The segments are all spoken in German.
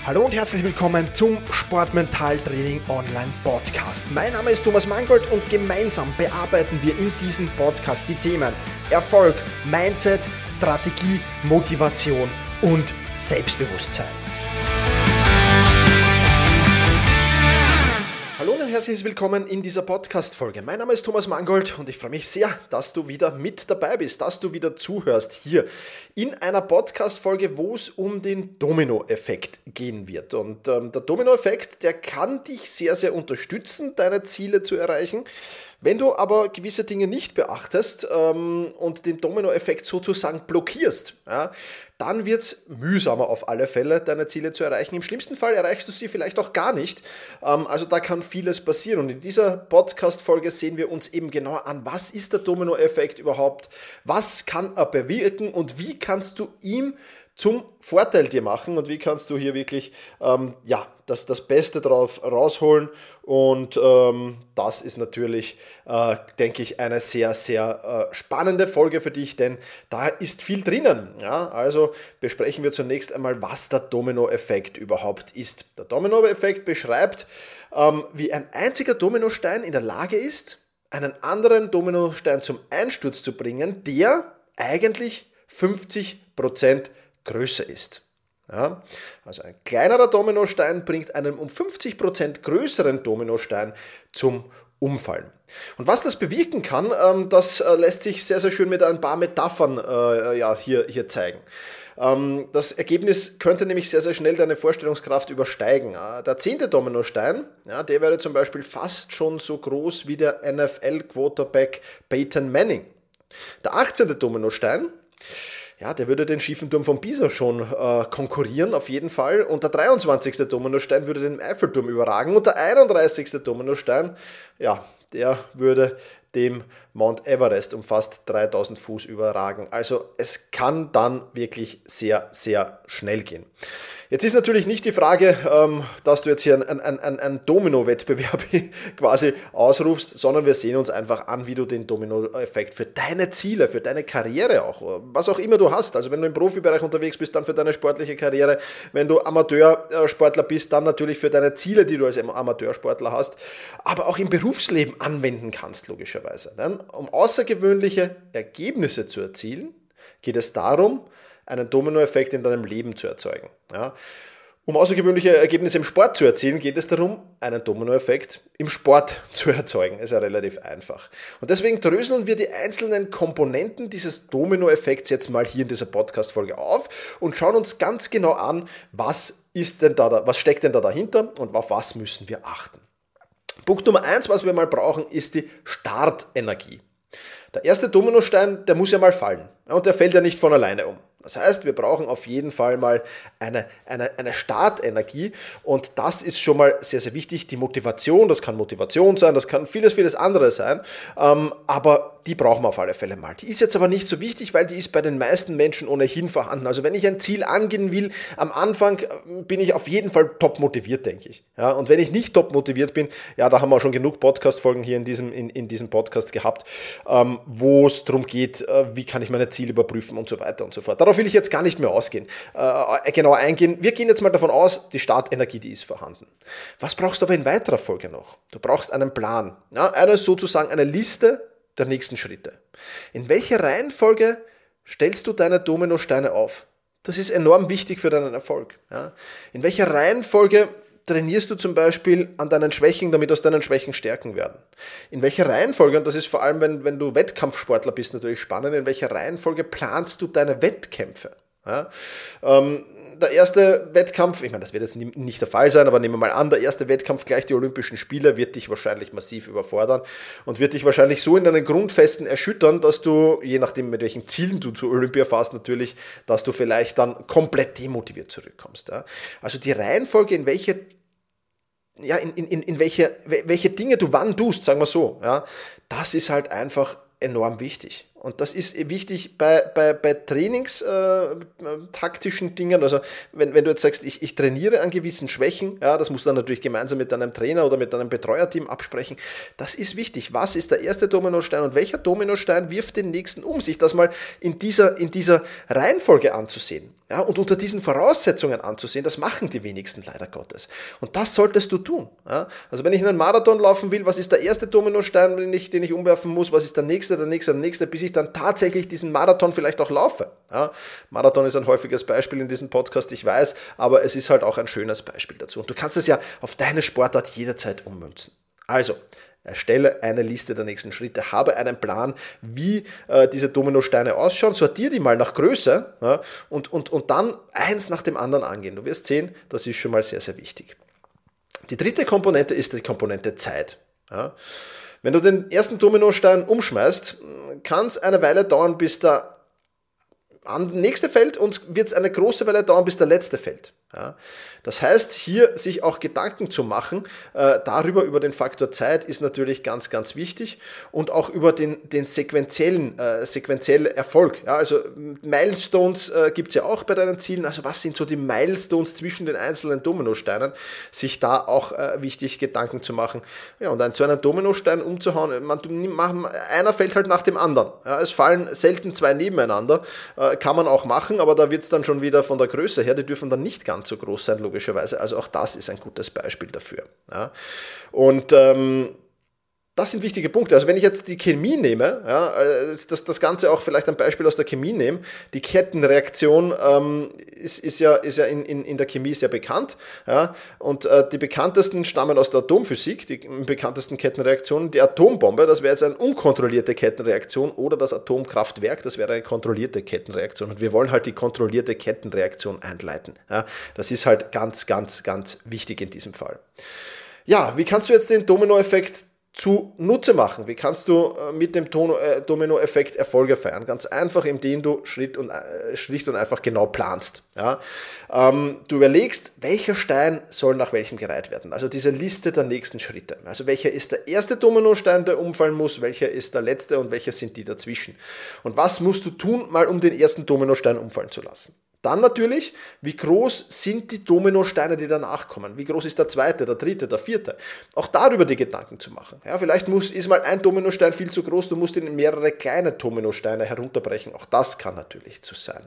Hallo und herzlich willkommen zum Sportmental-Training Online Podcast. Mein Name ist Thomas Mangold und gemeinsam bearbeiten wir in diesem Podcast die Themen Erfolg, Mindset, Strategie, Motivation und Selbstbewusstsein. Hallo und herzlich willkommen in dieser Podcast-Folge. Mein Name ist Thomas Mangold und ich freue mich sehr, dass du wieder mit dabei bist, dass du wieder zuhörst hier in einer Podcast-Folge, wo es um den Domino-Effekt gehen wird. Und der Domino-Effekt, der kann dich sehr, sehr unterstützen, deine Ziele zu erreichen. Wenn du aber gewisse Dinge nicht beachtest und den Domino-Effekt sozusagen blockierst, ja, dann wird es mühsamer auf alle Fälle, deine Ziele zu erreichen. Im schlimmsten Fall erreichst du sie vielleicht auch gar nicht. Also da kann vieles passieren. Und in dieser Podcast-Folge sehen wir uns eben genau an, was ist der Domino-Effekt überhaupt, was kann er bewirken und wie kannst du ihm zum Vorteil dir machen und wie kannst du hier wirklich das Beste drauf rausholen. Und das ist natürlich, denke ich, eine sehr, sehr spannende Folge für dich, denn da ist viel drinnen. Ja? Also besprechen wir zunächst einmal, was der Domino-Effekt überhaupt ist. Der Domino-Effekt beschreibt, wie ein einziger Dominostein in der Lage ist, einen anderen Dominostein zum Einsturz zu bringen, der eigentlich 50% größer ist. Ja, also ein kleinerer Dominostein bringt einen um 50% größeren Dominostein zum Umfallen. Und was das bewirken kann, das lässt sich sehr, sehr schön mit ein paar Metaphern hier zeigen. Das Ergebnis könnte nämlich sehr, sehr schnell deine Vorstellungskraft übersteigen. Der 10. Dominostein, der wäre zum Beispiel fast schon so groß wie der NFL-Quarterback Peyton Manning. Der 18. Dominostein, der würde den schiefen Turm von Pisa schon konkurrieren, auf jeden Fall. Und der 23. Dominostein würde den Eiffelturm überragen. Und der 31. Dominostein, der würde dem Mount Everest um fast 3000 Fuß überragen. Also es kann dann wirklich sehr, sehr schnell gehen. Jetzt ist natürlich nicht die Frage, dass du jetzt hier einen Domino-Wettbewerb quasi ausrufst, sondern wir sehen uns einfach an, wie du den Domino-Effekt für deine Ziele, für deine Karriere auch, was auch immer du hast. Also wenn du im Profibereich unterwegs bist, dann für deine sportliche Karriere. Wenn du Amateursportler bist, dann natürlich für deine Ziele, die du als Amateursportler hast, aber auch im Berufsleben anwenden kannst, logischerweise. Denn um außergewöhnliche Ergebnisse zu erzielen, geht es darum, einen Dominoeffekt in deinem Leben zu erzeugen. Ja. Um außergewöhnliche Ergebnisse im Sport zu erzielen, geht es darum, einen Dominoeffekt im Sport zu erzeugen. Ist ja relativ einfach. Und deswegen dröseln wir die einzelnen Komponenten dieses Dominoeffekts jetzt mal hier in dieser Podcast-Folge auf und schauen uns ganz genau an, was steckt denn da dahinter und auf was müssen wir achten. Punkt Nummer 1, was wir mal brauchen, ist die Startenergie. Der erste Dominostein, der muss ja mal fallen. Und der fällt ja nicht von alleine um. Das heißt, wir brauchen auf jeden Fall mal eine Startenergie und das ist schon mal sehr, sehr wichtig. Die Motivation, das kann Motivation sein, das kann vieles, vieles anderes sein, aber die brauchen wir auf alle Fälle mal. Die ist jetzt aber nicht so wichtig, weil die ist bei den meisten Menschen ohnehin vorhanden. Also wenn ich ein Ziel angehen will, am Anfang bin ich auf jeden Fall top motiviert, denke ich. Ja, und wenn ich nicht top motiviert bin, da haben wir schon genug Podcast-Folgen hier in diesem Podcast gehabt, wo es darum geht, wie kann ich meine Ziele überprüfen und so weiter und so fort. Darauf will ich jetzt gar nicht mehr genau eingehen. Wir gehen jetzt mal davon aus, die Startenergie, die ist vorhanden. Was brauchst du aber in weiterer Folge noch? Du brauchst einen Plan. Ja, sozusagen eine Liste der nächsten Schritte. In welcher Reihenfolge stellst du deine Dominosteine auf? Das ist enorm wichtig für deinen Erfolg. Ja? In welcher Reihenfolge trainierst du zum Beispiel an deinen Schwächen, damit aus deinen Schwächen Stärken werden? In welcher Reihenfolge, und das ist vor allem, wenn du Wettkampfsportler bist, natürlich spannend, in welcher Reihenfolge planst du deine Wettkämpfe? Ja? Der erste Wettkampf, ich meine, das wird jetzt nicht der Fall sein, aber nehmen wir mal an, der erste Wettkampf gleich die Olympischen Spiele wird dich wahrscheinlich massiv überfordern und wird dich wahrscheinlich so in deinen Grundfesten erschüttern, dass du, je nachdem mit welchen Zielen du zur Olympia fährst natürlich, dass du vielleicht dann komplett demotiviert zurückkommst. Ja? Also die Reihenfolge, in welche Dinge du wann tust, sagen wir so, das ist halt einfach enorm wichtig. Und das ist wichtig bei trainingstaktischen Dingen. Also wenn du jetzt sagst, ich trainiere an gewissen Schwächen, ja, das musst du dann natürlich gemeinsam mit deinem Trainer oder mit deinem Betreuerteam absprechen. Das ist wichtig. Was ist der erste Dominostein und welcher Dominostein wirft den nächsten um? Sich das mal in dieser Reihenfolge anzusehen. Ja, und unter diesen Voraussetzungen anzusehen, das machen die wenigsten leider Gottes. Und das solltest du tun. Ja? Also wenn ich einen Marathon laufen will, was ist der erste Dominostein, den ich umwerfen muss, was ist der nächste, bis ich dann tatsächlich diesen Marathon vielleicht auch laufe. Ja? Marathon ist ein häufiges Beispiel in diesem Podcast, ich weiß, aber es ist halt auch ein schönes Beispiel dazu. Und du kannst es ja auf deine Sportart jederzeit ummünzen. Also, erstelle eine Liste der nächsten Schritte, habe einen Plan, wie diese Dominosteine ausschauen, sortiere die mal nach Größe, ja, und dann eins nach dem anderen angehen. Du wirst sehen, das ist schon mal sehr, sehr wichtig. Die dritte Komponente ist die Komponente Zeit. Ja. Wenn du den ersten Dominostein umschmeißt, kann es eine Weile dauern, bis der nächste fällt und wird es eine große Weile dauern, bis der letzte fällt. Ja. Das heißt, hier sich auch Gedanken zu machen, über den Faktor Zeit ist natürlich ganz, ganz wichtig und auch über den sequenziellen Erfolg. Ja, also Milestones gibt es ja auch bei deinen Zielen, also was sind so die Milestones zwischen den einzelnen Dominosteinen, sich da auch wichtig Gedanken zu machen. Ja, und so einen Dominostein umzuhauen, einer fällt halt nach dem anderen. Ja, es fallen selten zwei nebeneinander, kann man auch machen, aber da wird es dann schon wieder von der Größe her, die dürfen dann nicht ganz so groß sein, logischerweise. Also auch das ist ein gutes Beispiel dafür. Ja. Und das sind wichtige Punkte. Also wenn ich jetzt die Chemie nehme, ja, das Ganze auch vielleicht ein Beispiel aus der Chemie nehme, die Kettenreaktion ist ja in der Chemie sehr bekannt. Ja, und die bekanntesten stammen aus der Atomphysik, die bekanntesten Kettenreaktionen. Die Atombombe, das wäre jetzt eine unkontrollierte Kettenreaktion, oder das Atomkraftwerk, das wäre eine kontrollierte Kettenreaktion. Und wir wollen halt die kontrollierte Kettenreaktion einleiten. Ja, das ist halt ganz, ganz, ganz wichtig in diesem Fall. Ja, wie kannst du jetzt den Dominoeffekt zunutze machen? Wie kannst du mit dem Dominoeffekt Erfolge feiern? Ganz einfach, indem du schlicht und einfach genau planst. Ja? Du überlegst, welcher Stein soll nach welchem gereiht werden. Also diese Liste der nächsten Schritte. Also welcher ist der erste Dominostein, der umfallen muss, welcher ist der letzte und welche sind die dazwischen. Und was musst du tun, mal um den ersten Dominostein umfallen zu lassen? Dann natürlich, wie groß sind die Dominosteine, die danach kommen? Wie groß ist der zweite, der dritte, der vierte? Auch darüber die Gedanken zu machen. Ja, vielleicht ist mal ein Dominostein viel zu groß, du musst ihn in mehrere kleine Dominosteine herunterbrechen. Auch das kann natürlich so sein.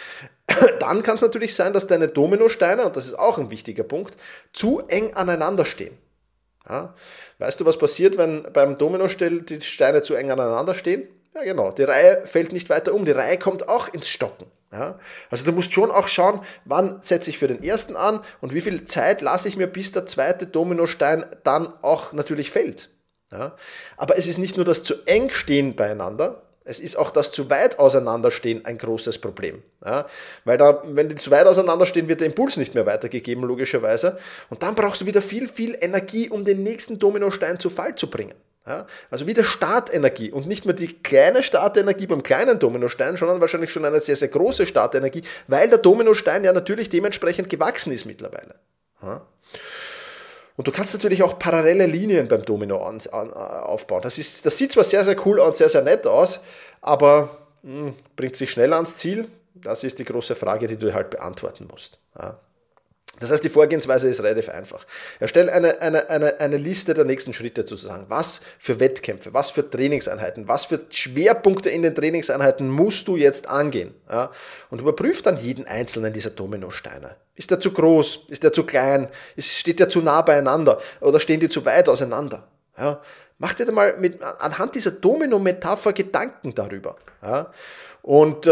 Dann kann es natürlich sein, dass deine Dominosteine, und das ist auch ein wichtiger Punkt, zu eng aneinander stehen. Ja, weißt du, was passiert, wenn beim Dominostein die Steine zu eng aneinander stehen? Ja, genau, die Reihe fällt nicht weiter um, die Reihe kommt auch ins Stocken. Ja, also du musst schon auch schauen, wann setze ich für den ersten an und wie viel Zeit lasse ich mir, bis der zweite Dominostein dann auch natürlich fällt. Ja, aber es ist nicht nur das zu eng stehen beieinander, es ist auch das zu weit auseinanderstehen ein großes Problem. Ja, weil wenn die zu weit auseinanderstehen, wird der Impuls nicht mehr weitergegeben, logischerweise. Und dann brauchst du wieder viel, viel Energie, um den nächsten Dominostein zu Fall zu bringen. Ja, also wieder Startenergie und nicht mehr die kleine Startenergie beim kleinen Dominostein, sondern wahrscheinlich schon eine sehr, sehr große Startenergie, weil der Dominostein ja natürlich dementsprechend gewachsen ist mittlerweile. Ja. Und du kannst natürlich auch parallele Linien beim Domino aufbauen. Das sieht zwar sehr, sehr cool und sehr, sehr nett aus, aber bringt sich schnell ans Ziel? Das ist die große Frage, die du halt beantworten musst. Ja. Das heißt, die Vorgehensweise ist relativ einfach. Erstell eine Liste der nächsten Schritte sozusagen. Was für Wettkämpfe, was für Trainingseinheiten, was für Schwerpunkte in den Trainingseinheiten musst du jetzt angehen? Ja? Und überprüf dann jeden einzelnen dieser Dominosteine. Ist der zu groß? Ist der zu klein? Steht der zu nah beieinander? Oder stehen die zu weit auseinander? Ja? Mach dir mal anhand dieser Domino-Metapher Gedanken darüber. Ja? Und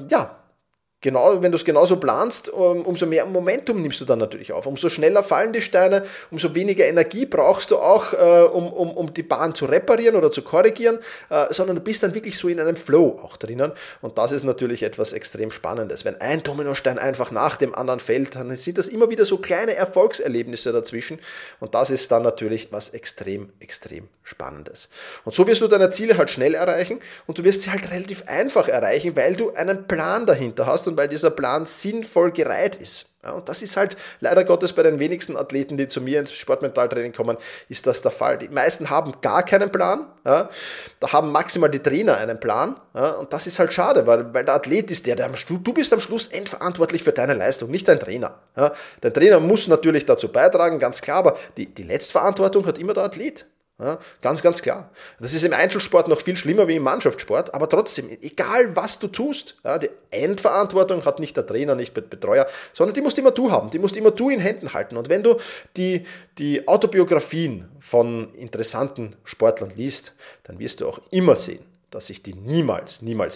genau, wenn du es genauso planst, umso mehr Momentum nimmst du dann natürlich auf. Umso schneller fallen die Steine, umso weniger Energie brauchst du auch, um die Bahn zu reparieren oder zu korrigieren, sondern du bist dann wirklich so in einem Flow auch drinnen. Und das ist natürlich etwas extrem Spannendes. Wenn ein Dominostein einfach nach dem anderen fällt, dann sind das immer wieder so kleine Erfolgserlebnisse dazwischen. Und das ist dann natürlich was extrem, extrem Spannendes. Und so wirst du deine Ziele halt schnell erreichen und du wirst sie halt relativ einfach erreichen, weil du einen Plan dahinter hast. und weil dieser Plan sinnvoll gereiht ist. Ja, und das ist halt leider Gottes bei den wenigsten Athleten, die zu mir ins Sportmentaltraining kommen, ist das der Fall. Die meisten haben gar keinen Plan, ja, da haben maximal die Trainer einen Plan, ja, und das ist halt schade, weil der Athlet ist du bist am Schluss endverantwortlich für deine Leistung, nicht dein Trainer. Ja. Dein Trainer muss natürlich dazu beitragen, ganz klar, aber die Letztverantwortung hat immer der Athlet. Ja, ganz, ganz klar. Das ist im Einzelsport noch viel schlimmer wie im Mannschaftssport, aber trotzdem, egal was du tust, ja, die Endverantwortung hat nicht der Trainer, nicht der Betreuer, sondern die musst immer du haben, die musst immer du in Händen halten. Und wenn du die Autobiografien von interessanten Sportlern liest, dann wirst du auch immer sehen, dass sich die niemals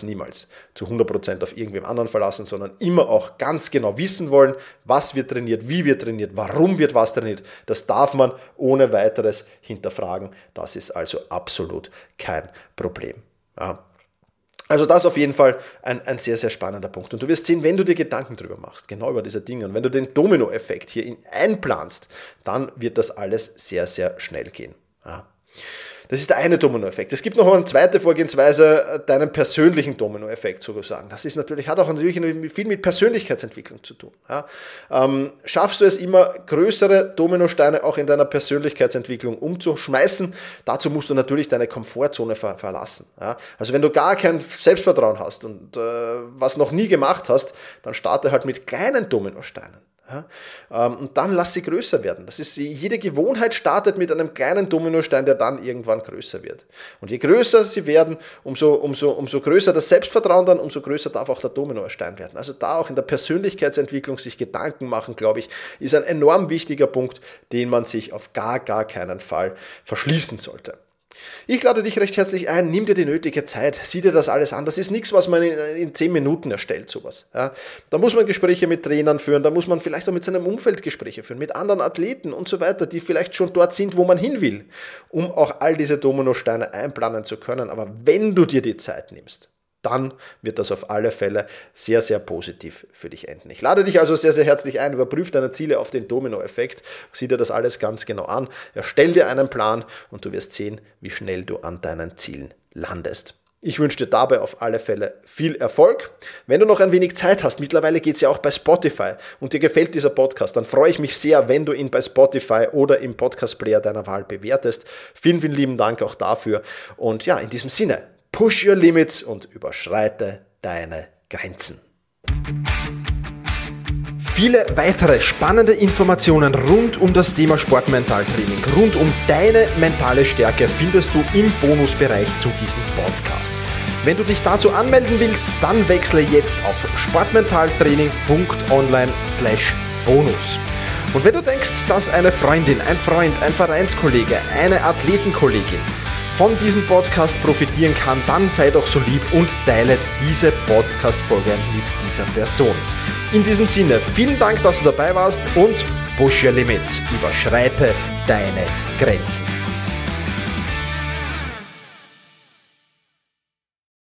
zu 100% auf irgendwem anderen verlassen, sondern immer auch ganz genau wissen wollen, was wird trainiert, wie wird trainiert, warum wird was trainiert. Das darf man ohne weiteres hinterfragen. Das ist also absolut kein Problem. Ja. Also das auf jeden Fall ein sehr, sehr spannender Punkt. Und du wirst sehen, wenn du dir Gedanken drüber machst, genau über diese Dinge, und wenn du den Dominoeffekt hier einplanst, dann wird das alles sehr, sehr schnell gehen. Ja. Das ist der eine Dominoeffekt. Es gibt noch eine zweite Vorgehensweise, deinen persönlichen Dominoeffekt sozusagen. Das ist hat auch natürlich viel mit Persönlichkeitsentwicklung zu tun. Ja. Schaffst du es immer, größere Dominosteine auch in deiner Persönlichkeitsentwicklung umzuschmeißen, dazu musst du natürlich deine Komfortzone verlassen. Ja. Also wenn du gar kein Selbstvertrauen hast und was noch nie gemacht hast, dann starte halt mit kleinen Dominosteinen. Ja, und dann lass sie größer werden. Jede Gewohnheit startet mit einem kleinen Dominostein, der dann irgendwann größer wird. Und je größer sie werden, umso größer das Selbstvertrauen dann, umso größer darf auch der Dominostein werden. Also da auch in der Persönlichkeitsentwicklung sich Gedanken machen, glaube ich, ist ein enorm wichtiger Punkt, den man sich auf gar keinen Fall verschließen sollte. Ich lade dich recht herzlich ein, nimm dir die nötige Zeit, sieh dir das alles an. Das ist nichts, was man in 10 Minuten erstellt, sowas. Ja, da muss man Gespräche mit Trainern führen, da muss man vielleicht auch mit seinem Umfeld Gespräche führen, mit anderen Athleten und so weiter, die vielleicht schon dort sind, wo man hin will, um auch all diese Dominosteine einplanen zu können. Aber wenn du dir die Zeit nimmst, dann wird das auf alle Fälle sehr, sehr positiv für dich enden. Ich lade dich also sehr, sehr herzlich ein, überprüf deine Ziele auf den Dominoeffekt, sieh dir das alles ganz genau an, erstell dir einen Plan und du wirst sehen, wie schnell du an deinen Zielen landest. Ich wünsche dir dabei auf alle Fälle viel Erfolg. Wenn du noch ein wenig Zeit hast, mittlerweile geht es ja auch bei Spotify und dir gefällt dieser Podcast, dann freue ich mich sehr, wenn du ihn bei Spotify oder im Podcast-Player deiner Wahl bewertest. Vielen, vielen lieben Dank auch dafür. Und ja, in diesem Sinne, push your limits und überschreite deine Grenzen. Viele weitere spannende Informationen rund um das Thema Sportmentaltraining, rund um deine mentale Stärke findest du im Bonusbereich zu diesem Podcast. Wenn du dich dazu anmelden willst, dann wechsle jetzt auf sportmentaltraining.online/bonus. Und wenn du denkst, dass eine Freundin, ein Freund, ein Vereinskollege, eine Athletenkollegin von diesem Podcast profitieren kann, dann sei doch so lieb und teile diese Podcast-Folge mit dieser Person. In diesem Sinne, vielen Dank, dass du dabei warst und push your limits, überschreite deine Grenzen.